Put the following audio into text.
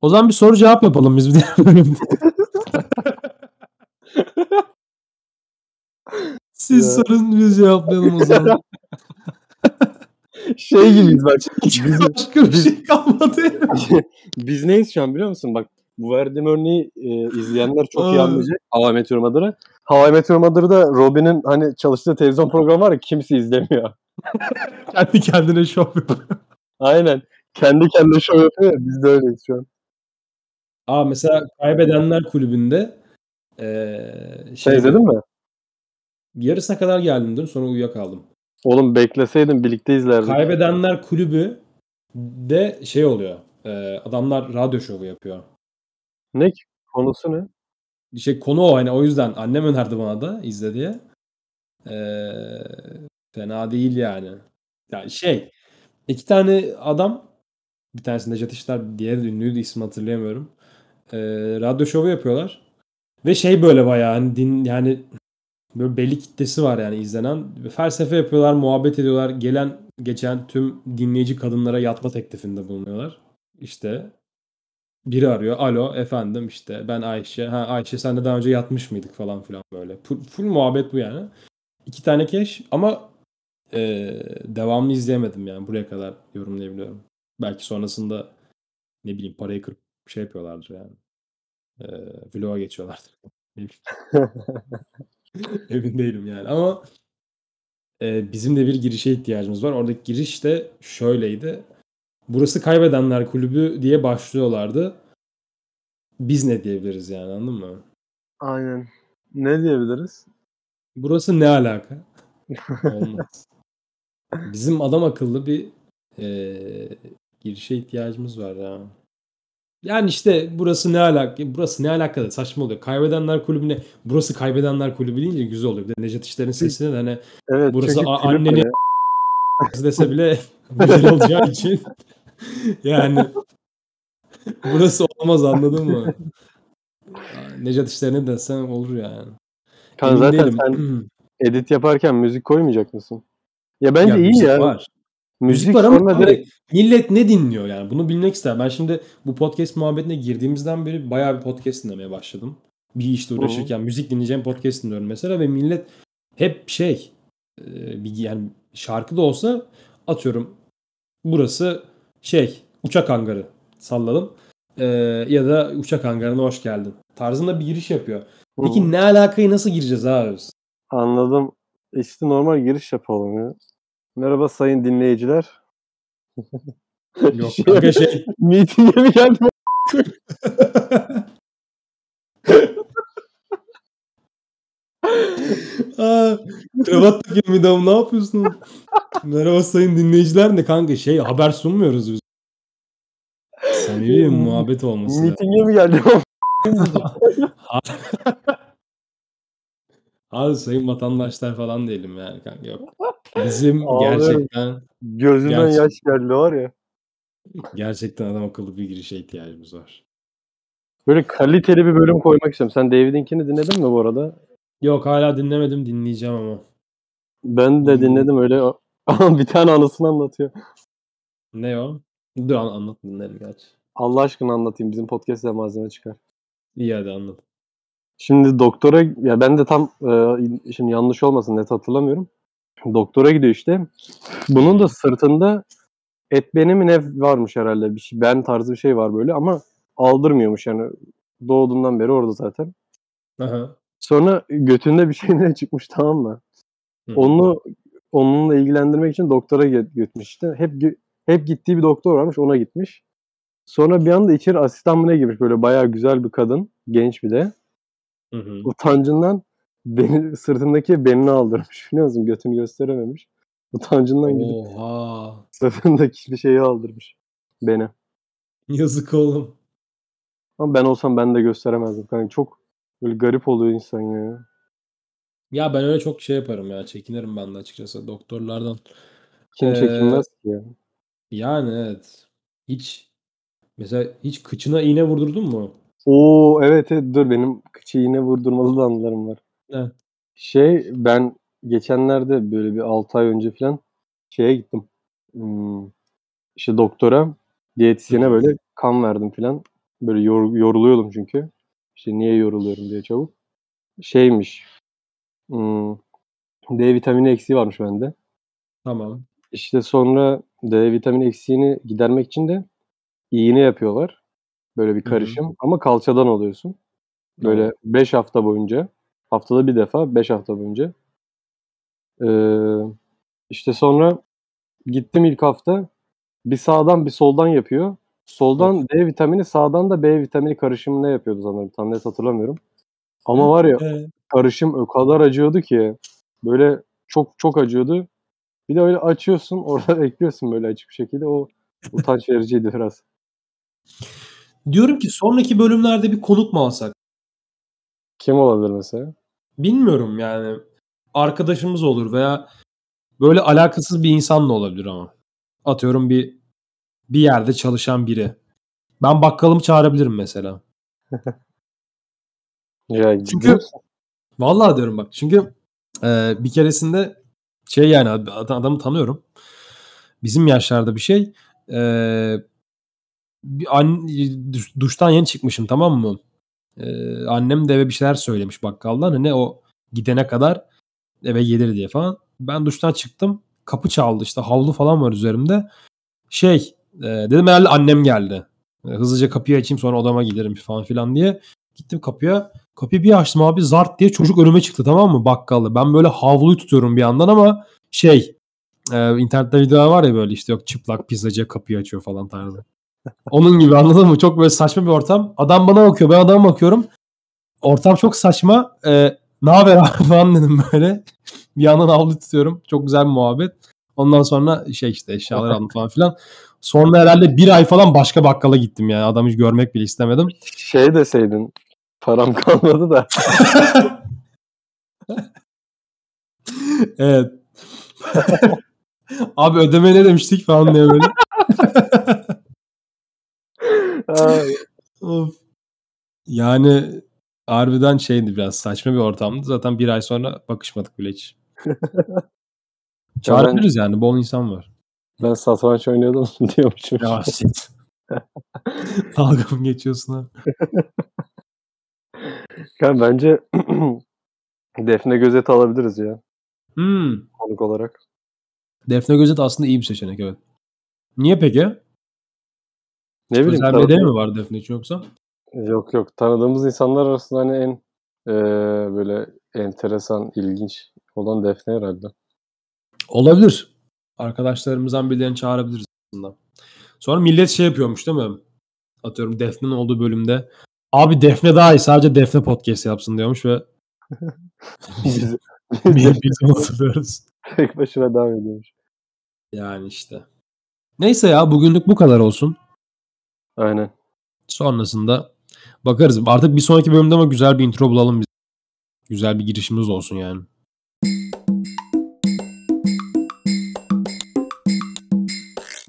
O zaman bir soru cevap yapalım biz bir diğer bölümde. Siz Ya. sorun biz cevaplayalım o zaman. Şey gibiyiz bak. Başka bir şey kalmadı. Biz neyiz şu an biliyor musun? Bak bu verdiğim örneği izleyenler çok iyi anlayacak. How I Met Your Mother'ı. How I Met Your Mother'da Robin'in hani çalıştığı televizyon programı var ya kimse izlemiyor. Kendi kendine şov yapıyor. Aynen. Kendi kendine show yapıyor ya. Biz de öyleyiz şu an. Mesela Kaybedenler Kulübü'nde Sen izledin mi? yarısına kadar geldim dün, sonra uyuyakaldım. Oğlum bekleseydin birlikte izlerdik. Kaybedenler Kulübü de şey oluyor. Adamlar radyo şovu yapıyor. Ne ki? Konusu ne? Konu o, hani o yüzden annem önerdi bana da izle diye. Fena değil yani. Yani iki tane adam, bir tanesi Nejat İşler, diğeri ünlüydü, ismini hatırlayamıyorum. Radyo şovu yapıyorlar. Ve böyle bayağı hani yani böyle belli kitlesi var yani izlenen. Felsefe yapıyorlar, muhabbet ediyorlar. Gelen geçen tüm dinleyici kadınlara yatma teklifinde bulunuyorlar. İşte biri arıyor. Alo efendim, işte ben Ayşe. Ha Ayşe, sen de daha önce yatmış mıydık falan filan böyle. Full muhabbet bu yani. 2 tane keş ama devamlı izleyemedim yani. Buraya kadar yorumlayabiliyorum. Belki sonrasında ne bileyim parayı kırıp şey yapıyorlardır yani. Vlog'a geçiyorlardır. Emin değilim yani ama bizim de bir girişe ihtiyacımız var. Oradaki giriş de şöyleydi. Burası Kaybedenler Kulübü diye başlıyorlardı. Biz ne diyebiliriz yani, anladın mı? Aynen. Ne diyebiliriz? Burası ne alaka? Olmaz. Bizim adam akıllı bir girişe ihtiyacımız var ya. Yani işte burası ne alaka? Burası ne alaka da saçma oluyor. Kaybedenler Kulübü'ne burası Kaybedenler Kulübü deyince güzel oluyor. Bir de Nejat İşler'in sesine de hani Evet, burası çünkü anneni dese bile güzel olacağı için yani burası olmaz, anladın mı? Necat İşler'ine desen olur yani. Kan Emin zaten değilim. sen edit yaparken müzik koymayacak mısın? Ya bence Ya iyi müzik ya. var. Müzik Müzik var ama sonra abi, direkt millet ne dinliyor yani? Bunu bilmek ister. Ben şimdi bu podcast muhabbetine girdiğimizden beri bayağı bir podcast dinlemeye başladım. Bir işte uğraşırken müzik dinleyeceğim podcast dinliyorum mesela ve millet hep yani şarkı da olsa atıyorum burası uçak hangarı salladım. Ya da uçak hangarına hoş geldin tarzında bir giriş yapıyor. Peki ne alakayı nasıl gireceğiz abi biz? Anladım. İşte normal giriş yapalım ya. Merhaba sayın dinleyiciler. Yok kanka Meeting'e mi geldin? Kravat takıyor bir de, ne yapıyorsun? Merhaba sayın dinleyiciler ne kanka, haber sunmuyoruz biz. Samimi muhabbet olması lazım. Meeting'e mi geldin? Abi sayın vatandaşlar falan diyelim yani kanka, yok. Bizim Ağlıyorum. Gözümden yaş geldi var ya. Gerçekten adam akıllı bir girişe ihtiyacımız var. Böyle kaliteli bir bölüm koymak istiyorum. Sen David'inkini dinledin mi bu arada? Yok, hala dinlemedim, dinleyeceğim ama. Ben de dinledim öyle. Ama bir tane anısını anlatıyor. Ne o? Dur anlat, dinlerim gerçi. Allah aşkına anlatayım. Bizim podcast'te malzeme çıkar. İyi, hadi anlat. Şimdi doktora, ya ben de tam şimdi yanlış olmasın, net hatırlamıyorum. Doktora gidiyor işte. Bunun da sırtında et beni mi ne varmış herhalde. Bir şey, ben tarzı bir şey var böyle ama aldırmıyormuş yani. Doğduğundan beri orada zaten. Aha. Sonra götünde bir şey ne çıkmış, tamam mı? Hı. Onunla ilgilendirmek için doktora gitmiş işte. Hep gittiği bir doktor varmış, ona gitmiş. Sonra bir anda içeri asistan mı ne girmiş, böyle bayağı güzel bir kadın. Genç bir de. Hı. Utancından sırtındaki benini aldırmış, biliyor musun? Götünü gösterememiş. Utancından gidip Oha. sırtındaki bir şeyi aldırmış. Beni. Yazık oğlum. Ama ben olsam ben de gösteremezdim. Yani çok böyle garip oluyor insan ya. Ya ben öyle çok yaparım ya. Çekinirim ben de açıkçası doktorlardan. Kim çekinmez ki ya. Yani evet. Mesela hiç kıçına iğne vurdurdun mu? Oo evet, dur, benim kıçı iğne vurdurmalı da anılarım var. Evet. Ben geçenlerde böyle bir 6 ay önce falan şeye gittim. İşte doktora, diyetisyene böyle kan verdim falan. Böyle yoruluyordum çünkü. İşte niye yoruluyorum diye çabuk. Şeymiş. D vitamini eksiği varmış bende. Tamam. İşte sonra D vitamini eksiğini gidermek için de iğne yapıyorlar. Böyle bir Hı hı. karışım ama kalçadan alıyorsun. Böyle Tamam. 5 hafta boyunca. Haftada bir defa 5 hafta boyunca. İşte sonra gittim ilk hafta. Bir sağdan bir soldan yapıyor. Of. Soldan D vitamini, sağdan da B vitamini karışımı ne yapıyordu sanırım. Tam net hatırlamıyorum. Ama var ya karışım o kadar acıyordu ki böyle çok çok acıyordu. Bir de öyle açıyorsun, orada bekliyorsun böyle açık bir şekilde. O utanç vericiydi biraz. Diyorum ki sonraki bölümlerde bir konuk mu alsak? Kim olabilir mesela? Bilmiyorum yani. Arkadaşımız olur veya böyle alakasız bir insan da olabilir ama. Atıyorum bir yerde çalışan biri. Ben bakkalımı çağırabilirim mesela. Ya ciddi Çünkü misin? vallahi diyorum bak. Çünkü bir keresinde yani adamı tanıyorum. Bizim yaşlarda bir şey. Duştan yeni çıkmışım, tamam mı? Annem de eve bir şeyler söylemiş bakkaldan. Hani o gidene kadar eve gelir diye falan. Ben duştan çıktım. Kapı çaldı, işte havlu falan var üzerimde. Dedim herhalde annem geldi. Hızlıca kapıyı açayım sonra odama giderim falan filan diye. Gittim kapıya. Kapıyı bir açtım abi, zart diye çocuk önüme çıktı, tamam mı, bakkalda. Ben böyle havluyu tutuyorum bir yandan ama internette videolar var ya, böyle işte yok çıplak pizzacı kapıyı açıyor falan tarzı. Onun gibi, anladın mı? Çok böyle saçma bir ortam. Adam bana bakıyor, ben adama bakıyorum. Ortam çok saçma. Ne haber abi falan dedim böyle. Bir yandan havlu tutuyorum. Çok güzel bir muhabbet. Ondan sonra işte eşyalar aldım falan filan. Sonra herhalde bir ay falan başka bakkala gittim yani. Adamı hiç görmek bile istemedim. Şey deseydin, param kalmadı da. Evet. Abi ödeme ne demiştik falan diye böyle. Of. Yani harbiden biraz saçma bir ortamdı. Zaten bir ay sonra bakışmadık bile hiç. Ya Çağırabiliriz yani. Bol insan var. ben satranç oynuyordum diyormuşum. Ya sit. Dalga mı geçiyorsun abi? Ya bence Defne Gözet'i alabiliriz ya Hmm. konuk olarak. Defne Gözet aslında iyi bir seçenek, evet. Niye peki? Ne bileyim Özel bir nedeni mi var Defne için yoksa? yok. Tanıdığımız insanlar arasında hani en böyle enteresan, ilginç olan Defne herhalde. Olabilir. Arkadaşlarımızdan birilerini çağırabiliriz aslında. Sonra millet yapıyormuş değil mi? Atıyorum Defne'nin olduğu bölümde. Abi Defne daha iyi, sadece Defne podcast yapsın diyormuş ve Biz biz onu hatırlıyoruz. tek başına devam ediyormuş. Yani işte. Neyse ya, bugünlük bu kadar olsun. Aynen. Sonrasında bakarız. Artık bir sonraki bölümde ama güzel bir intro bulalım biz. Güzel bir girişimiz olsun yani.